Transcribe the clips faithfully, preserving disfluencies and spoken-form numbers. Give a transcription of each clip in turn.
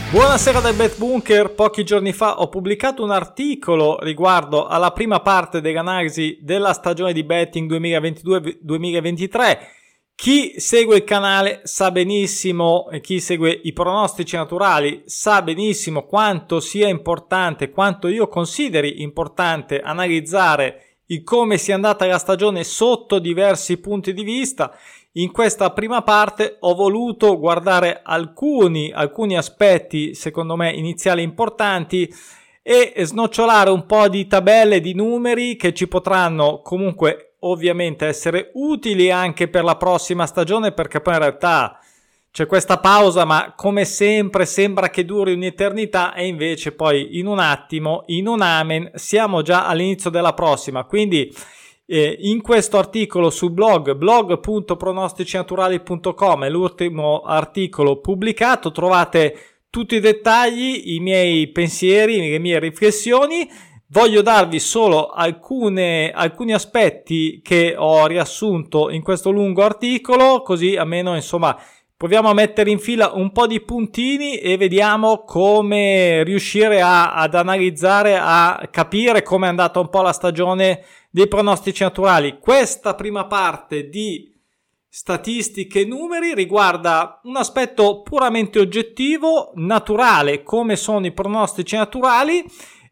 Buonasera dal Bet Bunker. Pochi giorni fa ho pubblicato un articolo riguardo alla prima parte dell'analisi della stagione di betting duemilaventidue duemilaventitré. Chi segue il canale sa benissimo, e chi segue i pronostici naturali sa benissimo quanto sia importante, quanto io consideri importante analizzare il come sia andata la stagione sotto diversi punti di vista. In questa prima parte ho voluto guardare alcuni, alcuni aspetti, secondo me, iniziali importanti e snocciolare un po' di tabelle, di numeri che ci potranno comunque ovviamente essere utili anche per la prossima stagione, perché poi in realtà c'è questa pausa, ma come sempre sembra che duri un'eternità e invece poi in un attimo, in un amen, siamo già all'inizio della prossima. Quindi Eh, in questo articolo sul blog blog punto pronostici naturali punto com è l'ultimo articolo pubblicato, trovate tutti i dettagli, i miei pensieri, le mie riflessioni. Voglio darvi solo alcune, alcuni aspetti che ho riassunto in questo lungo articolo, così almeno insomma proviamo a mettere in fila un po' di puntini e vediamo come riuscire a, ad analizzare, a capire come è andata un po' la stagione dei pronostici naturali. Questa prima parte di statistiche e numeri riguarda un aspetto puramente oggettivo, naturale, come sono i pronostici naturali,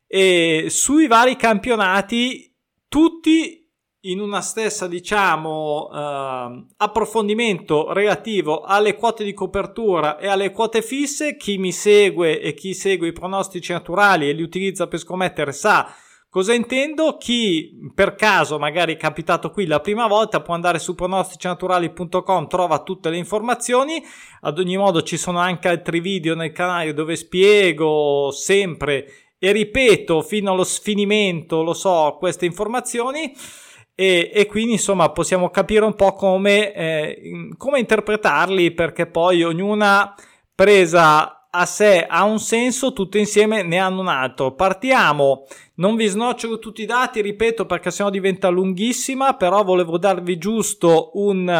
e sui vari campionati, tutti in una stessa, diciamo, eh, approfondimento relativo alle quote di copertura e alle quote fisse. Chi mi segue e chi segue i pronostici naturali e li utilizza per scommettere sa cosa intendo. Chi per caso magari è capitato qui la prima volta può andare su pronostici naturali punto com, trova tutte le informazioni. Ad ogni modo ci sono anche altri video nel canale dove spiego sempre e ripeto fino allo sfinimento, lo so, queste informazioni. E, e quindi insomma possiamo capire un po' come, eh, come interpretarli, perché poi ognuna presa a sé ha un senso, tutte insieme ne hanno un altro. Partiamo, non vi snocciolo tutti i dati, ripeto, perché sennò diventa lunghissima, però volevo darvi giusto un,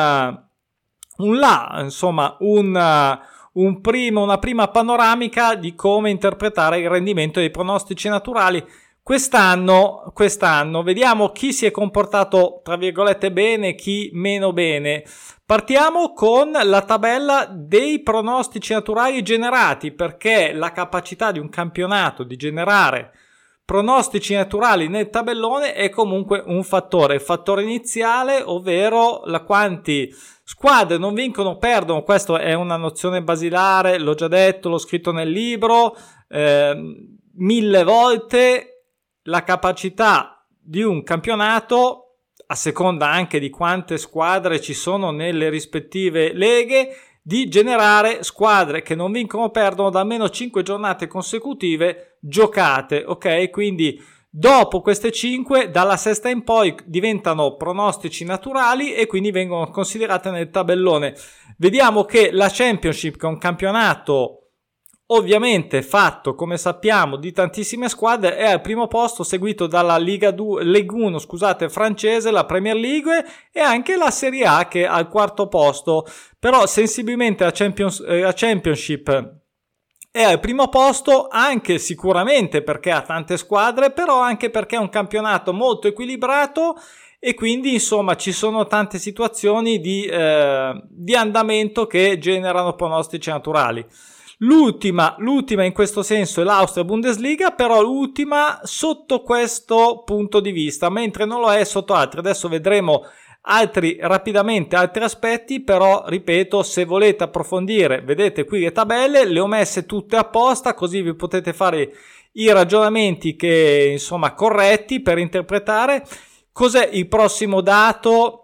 uh, un là, insomma un, uh, un primo, una prima panoramica di come interpretare il rendimento dei pronostici naturali. Quest'anno, quest'anno, vediamo chi si è comportato tra virgolette bene, chi meno bene. Partiamo con la tabella dei pronostici naturali generati, perché la capacità di un campionato di generare pronostici naturali nel tabellone è comunque un fattore, il fattore iniziale, ovvero la quanti squadre non vincono o perdono. Questa è una nozione basilare, l'ho già detto, l'ho scritto nel libro eh, mille volte. La capacità di un campionato, a seconda anche di quante squadre ci sono nelle rispettive leghe, di generare squadre che non vincono o perdono da almeno cinque giornate consecutive giocate, ok? Quindi dopo queste cinque, dalla sesta in poi diventano pronostici naturali e quindi vengono considerate nel tabellone. Vediamo che la Championship, che è un campionato ovviamente fatto, come sappiamo, di tantissime squadre, è al primo posto, seguito dalla Liga due, Ligue uno, scusate, francese, la Premier League e anche la Serie A che è al quarto posto. Però sensibilmente la, Champions, eh, la Championship è al primo posto, anche sicuramente perché ha tante squadre, però anche perché è un campionato molto equilibrato e quindi insomma ci sono tante situazioni di, eh, di andamento che generano pronostici naturali. L'ultima, l'ultima in questo senso è l'Austria Bundesliga, però l'ultima sotto questo punto di vista, mentre non lo è sotto altri. Adesso vedremo altri rapidamente altri aspetti, però ripeto, se volete approfondire, vedete qui le tabelle, le ho messe tutte apposta, così vi potete fare i ragionamenti che insomma corretti per interpretare. Cos'è il prossimo dato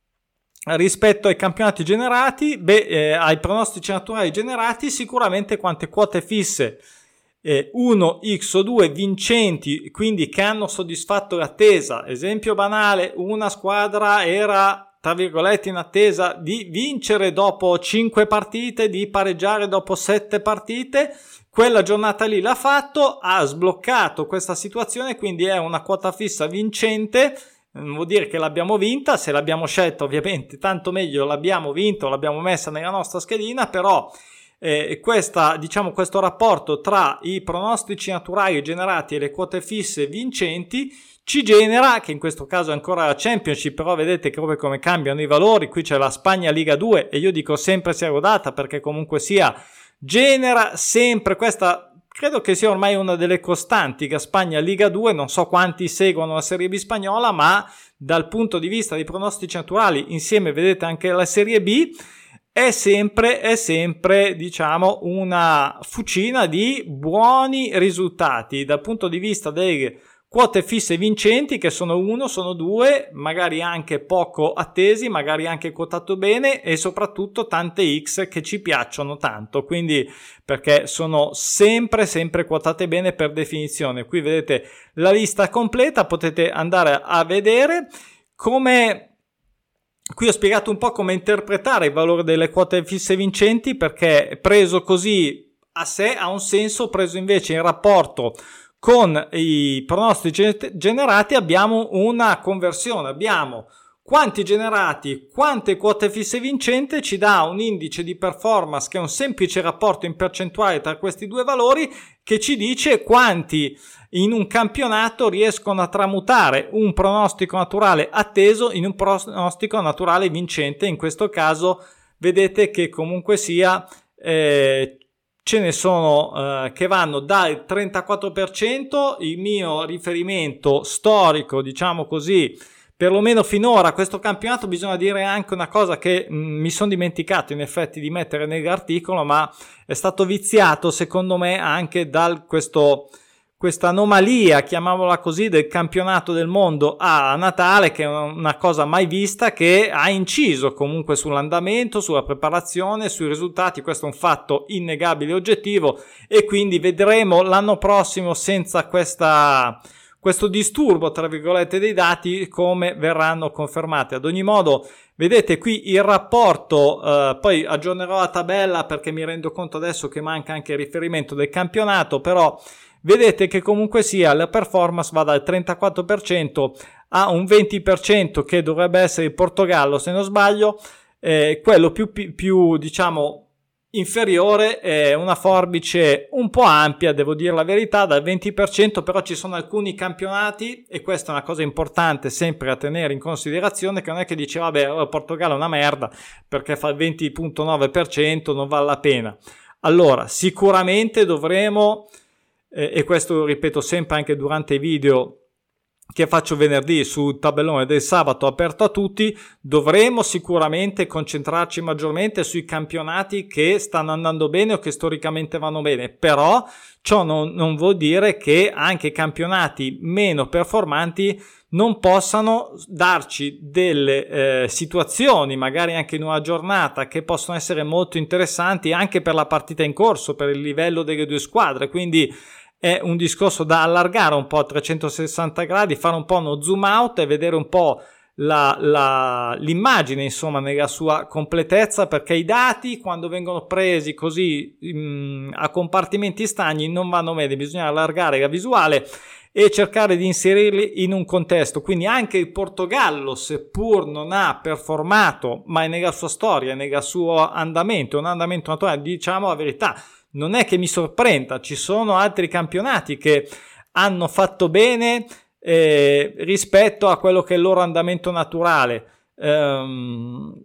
rispetto ai campionati generati? Beh, eh, ai pronostici naturali generati, sicuramente quante quote fisse eh, uno x o due vincenti, quindi che hanno soddisfatto l'attesa. Esempio banale, una squadra era tra virgolette in attesa di vincere dopo cinque partite, di pareggiare dopo sette partite, quella giornata lì l'ha fatto, ha sbloccato questa situazione, quindi è una quota fissa vincente. Non vuol dire che l'abbiamo vinta, se l'abbiamo scelta ovviamente tanto meglio, l'abbiamo vinto, l'abbiamo messa nella nostra schedina, però eh, questa, diciamo, questo rapporto tra i pronostici naturali generati e le quote fisse vincenti ci genera, che in questo caso è ancora la Championship, però vedete che proprio come cambiano i valori, qui c'è la Spagna Liga due e io dico sempre sia rodata, perché comunque sia genera sempre questa, credo che sia ormai una delle costanti, che Spagna Liga due, non so quanti seguono la Serie B spagnola, ma dal punto di vista dei pronostici naturali, insieme vedete anche la Serie B, è sempre, è sempre, diciamo, una fucina di buoni risultati dal punto di vista dei quote fisse vincenti, che sono uno, sono due, magari anche poco attesi, magari anche quotato bene, e soprattutto tante X che ci piacciono tanto, quindi perché sono sempre sempre quotate bene per definizione. Qui vedete la lista completa, potete andare a vedere come. Qui ho spiegato un po' come interpretare il valore delle quote fisse vincenti, perché preso così a sé ha un senso, preso invece in rapporto con i pronostici generati abbiamo una conversione, abbiamo quanti generati, quante quote fisse vincente, ci dà un indice di performance che è un semplice rapporto in percentuale tra questi due valori, che ci dice quanti in un campionato riescono a tramutare un pronostico naturale atteso in un pronostico naturale vincente. In questo caso vedete che comunque sia eh, ce ne sono eh, che vanno dal trentaquattro per cento, il mio riferimento storico, diciamo così, perlomeno finora a questo campionato. Bisogna dire anche una cosa che mh, mi sono dimenticato in effetti di mettere nell'articolo, ma è stato viziato secondo me anche da questo questa anomalia, chiamiamola così, del campionato del mondo a Natale, che è una cosa mai vista, che ha inciso comunque sull'andamento, sulla preparazione, sui risultati. Questo è un fatto innegabile e oggettivo, e quindi vedremo l'anno prossimo, senza questa questo disturbo tra virgolette dei dati, come verranno confermati. Ad ogni modo vedete qui il rapporto, eh, poi aggiornerò la tabella perché mi rendo conto adesso che manca anche il riferimento del campionato, però vedete che comunque sia la performance va dal trentaquattro per cento a un venti per cento, che dovrebbe essere il Portogallo se non sbaglio. Eh, quello più, più, più diciamo inferiore è una forbice un po' ampia, devo dire la verità, dal venti per cento, però ci sono alcuni campionati, e questa è una cosa importante sempre a tenere in considerazione, che non è che dice vabbè il Portogallo è una merda perché fa il venti virgola nove per cento, non vale la pena. Allora sicuramente dovremo, eh, e questo lo ripeto sempre anche durante i video che faccio venerdì sul tabellone del sabato aperto a tutti, dovremo sicuramente concentrarci maggiormente sui campionati che stanno andando bene o che storicamente vanno bene. Però ciò non, non vuol dire che anche i campionati meno performanti non possano darci delle eh, situazioni, magari anche in una giornata, che possono essere molto interessanti anche per la partita in corso, per il livello delle due squadre. Quindi è un discorso da allargare un po' a trecentosessanta gradi, fare un po' uno zoom out e vedere un po' la, la, l'immagine, insomma, nella sua completezza, perché i dati, quando vengono presi così mh, a compartimenti stagni, non vanno bene. Bisogna allargare la visuale e cercare di inserirli in un contesto. Quindi anche il Portogallo, seppur non ha performato mai nella sua storia, nel suo andamento, un andamento naturale, diciamo la verità, non è che mi sorprenda, ci sono altri campionati che hanno fatto bene eh, rispetto a quello che è il loro andamento naturale. Ehm,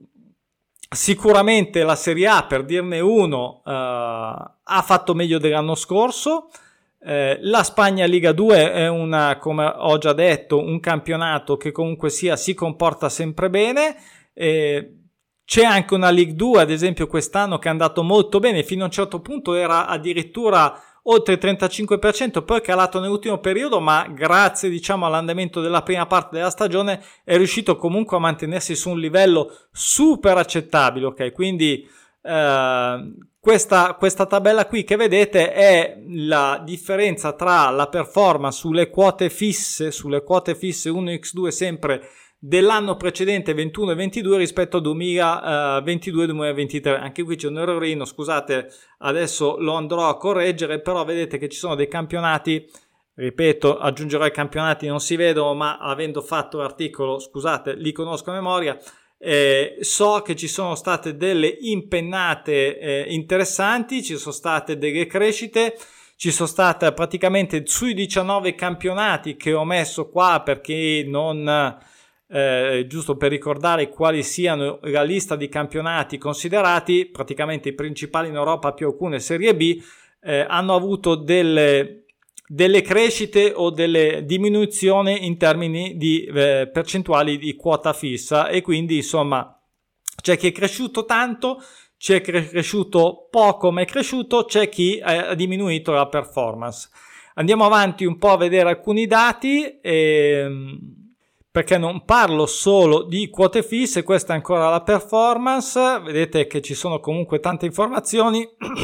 sicuramente la Serie A, per dirne uno, eh, ha fatto meglio dell'anno scorso. Eh, la Spagna Liga due è una, come ho già detto, un campionato che comunque sia si comporta sempre bene. Eh, C'è anche una League due, ad esempio, quest'anno, che è andato molto bene, fino a un certo punto era addirittura oltre il trentacinque per cento, poi è calato nell'ultimo periodo, ma grazie, diciamo, all'andamento della prima parte della stagione è riuscito comunque a mantenersi su un livello super accettabile, ok? Quindi eh, questa, questa tabella qui che vedete è la differenza tra la performance sulle quote fisse, sulle quote fisse uno per due sempre dell'anno precedente ventuno e ventidue rispetto al duemilaventidue duemilaventitré. Anche qui c'è un errorino, scusate, adesso lo andrò a correggere, però vedete che ci sono dei campionati, ripeto, aggiungerò i campionati, non si vedono, ma avendo fatto l'articolo, scusate, li conosco a memoria. Eh, so che ci sono state delle impennate eh, interessanti, ci sono state delle crescite, ci sono state praticamente sui diciannove campionati che ho messo qua perché non... Eh, giusto per ricordare quali siano la lista di campionati considerati, praticamente i principali in Europa più alcune Serie B eh, hanno avuto delle, delle crescite o delle diminuzioni in termini di eh, percentuali di quota fissa, e quindi insomma c'è chi è cresciuto tanto, c'è chi è cresciuto poco ma è cresciuto, c'è chi ha diminuito la performance. Andiamo avanti un po' a vedere alcuni dati, ehm, perché non parlo solo di quote fisse, questa è ancora la performance, vedete che ci sono comunque tante informazioni.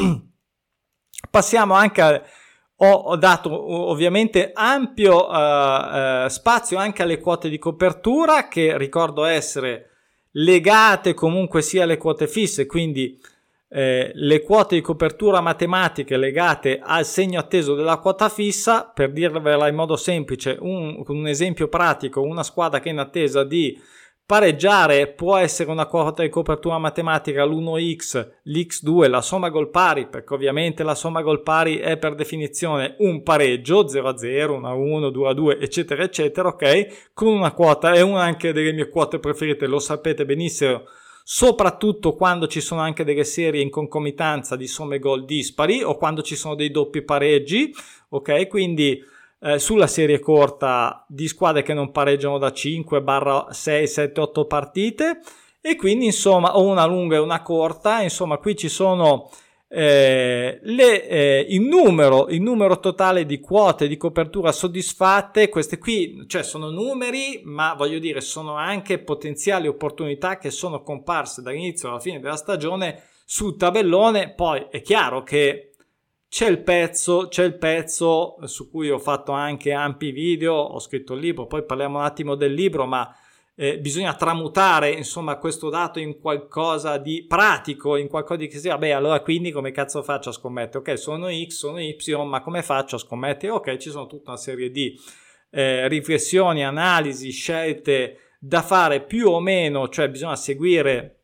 Passiamo anche a, ho, ho dato ovviamente ampio uh, uh, spazio anche alle quote di copertura, che ricordo essere legate comunque sia alle quote fisse, quindi eh, le quote di copertura matematiche legate al segno atteso della quota fissa. Per dirvela in modo semplice, un, un esempio pratico: una squadra che è in attesa di pareggiare può essere una quota di copertura matematica l'uno x, l'X due, la somma gol pari, perché ovviamente la somma gol pari è per definizione un pareggio, zero a zero, uno a uno, due a due, eccetera eccetera, ok? Con una quota, è una anche delle mie quote preferite, lo sapete benissimo, soprattutto quando ci sono anche delle serie in concomitanza di somme gol dispari o quando ci sono dei doppi pareggi, ok? Quindi eh, sulla serie corta di squadre che non pareggiano da cinque, sei, sette, otto partite, e quindi insomma, o una lunga e una corta, insomma qui ci sono eh, le, eh, il numero il numero totale di quote di copertura soddisfatte. Queste qui, cioè, sono numeri, ma voglio dire sono anche potenziali opportunità che sono comparse dall'inizio alla fine della stagione sul tabellone. Poi è chiaro che c'è il pezzo c'è il pezzo su cui ho fatto anche ampi video, ho scritto il libro, poi parliamo un attimo del libro, ma Eh, bisogna tramutare insomma questo dato in qualcosa di pratico, in qualcosa di che sia, beh, allora quindi come cazzo faccio a scommettere? Ok, sono X, sono Y, ma come faccio a scommettere? Ok, ci sono tutta una serie di eh, riflessioni, analisi, scelte da fare più o meno, cioè bisogna seguire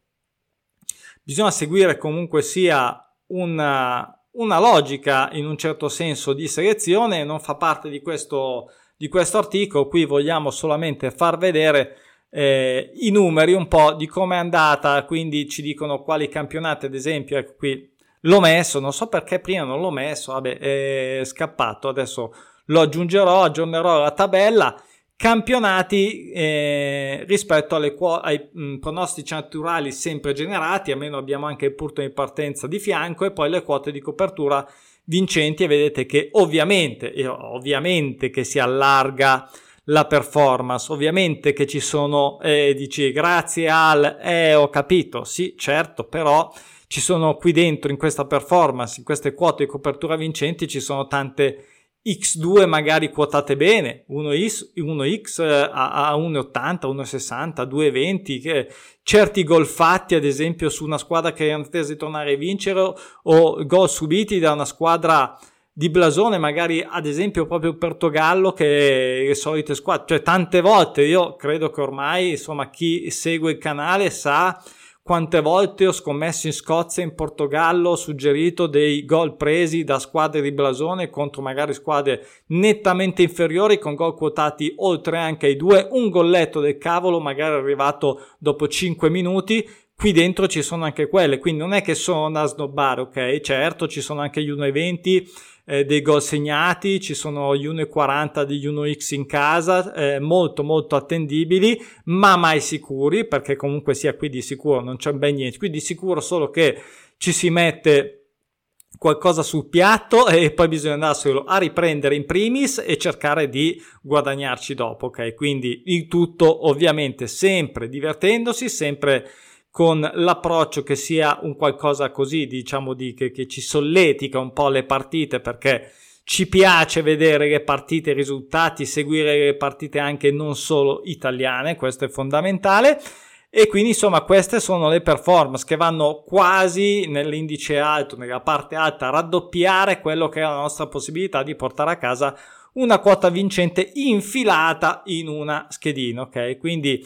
bisogna seguire comunque sia una, una logica in un certo senso di selezione. Non fa parte di questo di questo articolo, qui vogliamo solamente far vedere Eh, i numeri un po' di come è andata, quindi ci dicono quali campionati, ad esempio, ecco qui l'ho messo, non so perché prima non l'ho messo, vabbè, è scappato, adesso lo aggiungerò, aggiornerò la tabella. Campionati eh, rispetto alle, ai mh, pronostici naturali sempre generati, almeno abbiamo anche il punto di partenza di fianco, e poi le quote di copertura vincenti, e vedete che ovviamente, eh, ovviamente che si allarga la performance, ovviamente che ci sono, eh, dici grazie al, eh ho capito, sì certo, però ci sono qui dentro in questa performance, in queste quote di copertura vincenti, ci sono tante X due magari quotate bene, uno X, uno X a, a uno virgola ottanta, uno virgola sessanta, due virgola venti, che certi gol fatti ad esempio su una squadra che è in attesa di tornare a vincere, o gol subiti da una squadra di blasone, magari ad esempio proprio Portogallo, che le solite squadre, cioè tante volte io credo che ormai insomma chi segue il canale sa quante volte ho scommesso in Scozia e in Portogallo, ho suggerito dei gol presi da squadre di blasone contro magari squadre nettamente inferiori con gol quotati oltre anche ai due, un golletto del cavolo magari arrivato dopo cinque minuti. Qui dentro ci sono anche quelle, quindi non è che sono da snobbare, ok? Certo, ci sono anche gli uno virgola venti eh, dei gol segnati, ci sono gli uno virgola quaranta degli uno X in casa, eh, molto molto attendibili, ma mai sicuri, perché comunque sia qui di sicuro non c'è ben niente, qui di sicuro solo che ci si mette qualcosa sul piatto e poi bisogna andarselo a riprendere in primis e cercare di guadagnarci dopo, ok? Quindi il tutto ovviamente sempre divertendosi, sempre con l'approccio che sia un qualcosa così, diciamo, di che, che ci solletica un po' le partite, perché ci piace vedere le partite, i risultati, seguire le partite anche non solo italiane, questo è fondamentale. E quindi insomma queste sono le performance che vanno quasi nell'indice alto, nella parte alta, a raddoppiare quello che è la nostra possibilità di portare a casa una quota vincente infilata in una schedina, ok? Quindi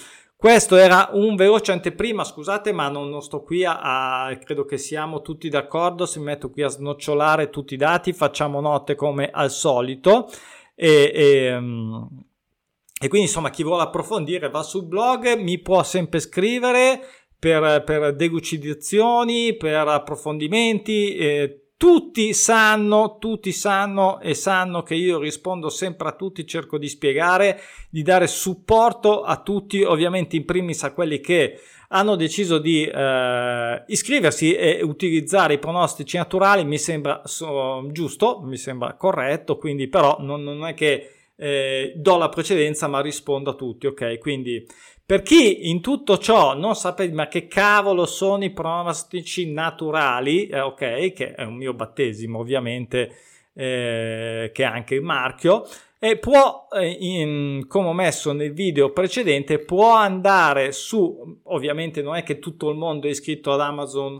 Questo era un veloce anteprima, scusate, ma non, non sto qui a, a, credo che siamo tutti d'accordo, se mi metto qui a snocciolare tutti i dati, facciamo note come al solito, e, e, e quindi insomma chi vuole approfondire va sul blog, mi può sempre scrivere per, per delucidazioni, per approfondimenti, eh, tutti sanno, tutti sanno e sanno che io rispondo sempre a tutti, cerco di spiegare, di dare supporto a tutti, ovviamente in primis a quelli che hanno deciso di eh, iscriversi e utilizzare i pronostici naturali. Mi sembra so, giusto, mi sembra corretto, quindi però non, non è che eh, do la precedenza, ma rispondo a tutti, ok? Quindi per chi in tutto ciò non sapete ma che cavolo sono i pronostici naturali, eh, ok, che è un mio battesimo ovviamente, eh, che è anche il marchio, e può, eh, in, come ho messo nel video precedente, può andare su, ovviamente non è che tutto il mondo è iscritto ad Amazon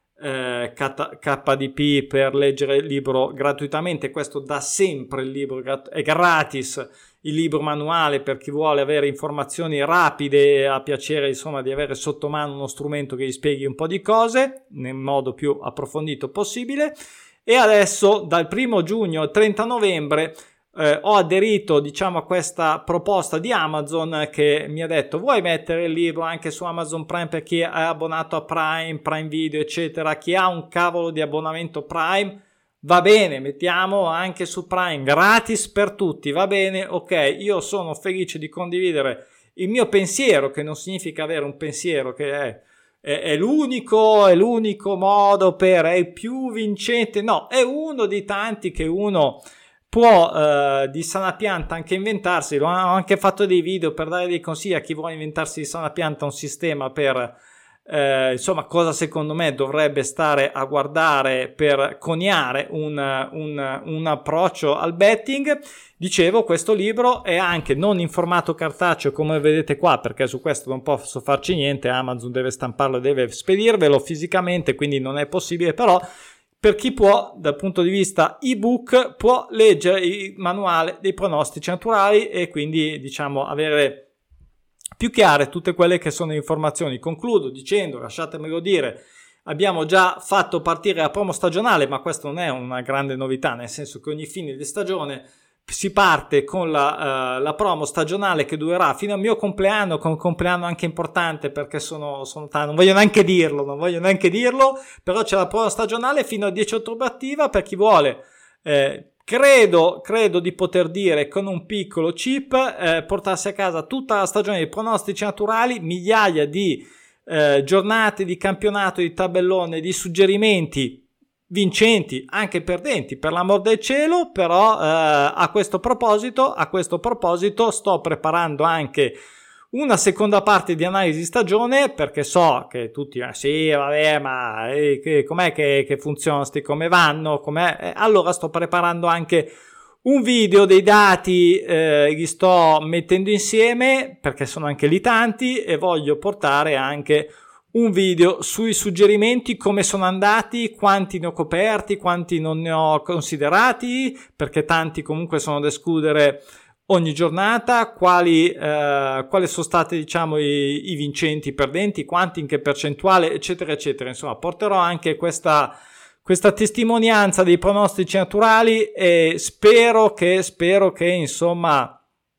eh, K D P per leggere il libro gratuitamente, questo da sempre il libro è gratis. Il libro manuale per chi vuole avere informazioni rapide e ha piacere insomma di avere sotto mano uno strumento che gli spieghi un po' di cose nel modo più approfondito possibile. E adesso dal primo giugno al trenta novembre eh, ho aderito diciamo a questa proposta di Amazon che mi ha detto: vuoi mettere il libro anche su Amazon Prime per chi è abbonato a Prime, Prime Video eccetera, chi ha un cavolo di abbonamento Prime? Va bene, mettiamo anche su Prime, gratis per tutti, va bene, ok, io sono felice di condividere il mio pensiero, che non significa avere un pensiero che è, è, è l'unico, è l'unico modo per, è il più vincente, no, è uno di tanti che uno può eh, di sana pianta anche inventarsi. Ho anche fatto dei video per dare dei consigli a chi vuole inventarsi di sana pianta un sistema per... Eh, insomma, cosa secondo me dovrebbe stare a guardare per coniare un, un, un approccio al betting. Dicevo, questo libro è anche non in formato cartaceo come vedete qua, perché su questo non posso farci niente, Amazon deve stamparlo e deve spedirvelo fisicamente, quindi non è possibile, però per chi può, dal punto di vista ebook, può leggere il manuale dei pronostici naturali e quindi diciamo avere più chiare tutte quelle che sono informazioni. Concludo dicendo, lasciatemelo dire, abbiamo già fatto partire la promo stagionale, ma questo non è una grande novità, nel senso che ogni fine di stagione si parte con la, uh, la promo stagionale che durerà fino al mio compleanno, con un compleanno anche importante perché sono, sono tanto, non voglio neanche dirlo, non voglio neanche dirlo, però c'è la promo stagionale fino al dieci ottobre attiva per chi vuole. Eh, Credo, credo di poter dire con un piccolo chip eh, portarsi a casa tutta la stagione di pronostici naturali, migliaia di eh, giornate di campionato, di tabellone, di suggerimenti vincenti, anche perdenti, per l'amor del cielo. Però eh, a questo proposito, a questo proposito sto preparando anche una seconda parte di analisi stagione, perché so che tutti ah, sì vabbè ma eh, che, com'è che, che funziona, sti come vanno, com'è? Eh, allora sto preparando anche un video dei dati, eh, li sto mettendo insieme perché sono anche lì tanti e voglio portare anche un video sui suggerimenti, come sono andati, quanti ne ho coperti, quanti non ne ho considerati, perché tanti comunque sono da escludere ogni giornata, quali, eh, quali sono stati diciamo i, i vincenti, i perdenti, quanti, in che percentuale, eccetera eccetera. Insomma, porterò anche questa, questa testimonianza dei pronostici naturali e spero che, spero che insomma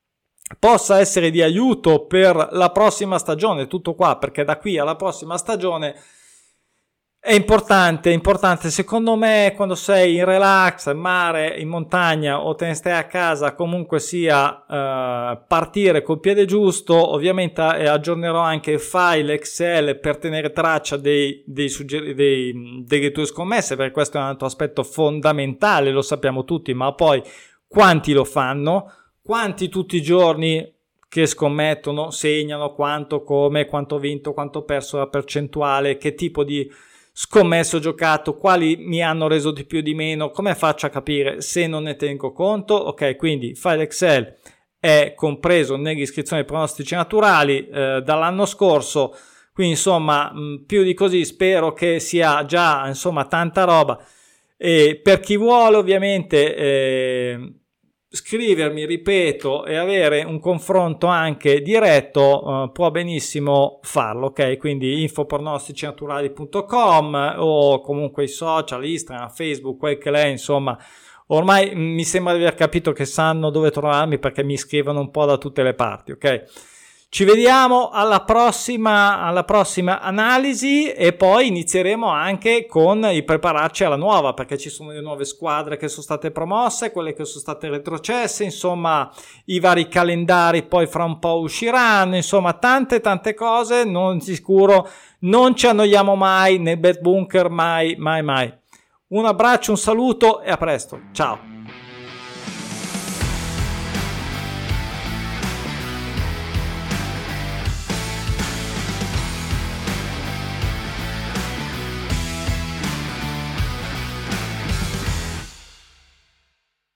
possa essere di aiuto per la prossima stagione. Tutto qua, perché da qui alla prossima stagione è importante, è importante secondo me, quando sei in relax, in mare, in montagna o te ne stai a casa, comunque sia eh, partire col piede giusto. Ovviamente eh, aggiornerò anche il file Excel per tenere traccia dei, dei suggeri- dei, delle tue scommesse, perché questo è un altro aspetto fondamentale, lo sappiamo tutti, ma poi quanti lo fanno, quanti tutti i giorni che scommettono segnano quanto, come, quanto ho vinto, quanto ho perso, la percentuale, che tipo di scommesso ho giocato, quali mi hanno reso di più di meno, come faccio a capire se non ne tengo conto? Ok, quindi il file Excel è compreso nell'iscrizione ai pronostici naturali eh, dall'anno scorso, quindi insomma mh, più di così spero che sia già insomma tanta roba. E per chi vuole ovviamente eh, scrivermi, ripeto, e avere un confronto anche diretto, uh, può benissimo farlo, ok? Quindi info pronostici naturali punto com o comunque i social, Instagram, Facebook, quel che è, insomma, ormai mi sembra di aver capito che sanno dove trovarmi perché mi scrivono un po' da tutte le parti, ok? Ci vediamo alla prossima, alla prossima analisi e poi inizieremo anche con il prepararci alla nuova, perché ci sono le nuove squadre che sono state promosse, quelle che sono state retrocesse, insomma i vari calendari poi fra un po' usciranno, insomma tante tante cose, non sicuro, non ci annoiamo mai nel Bet Bunker, mai mai mai. Un abbraccio, un saluto e a presto, ciao!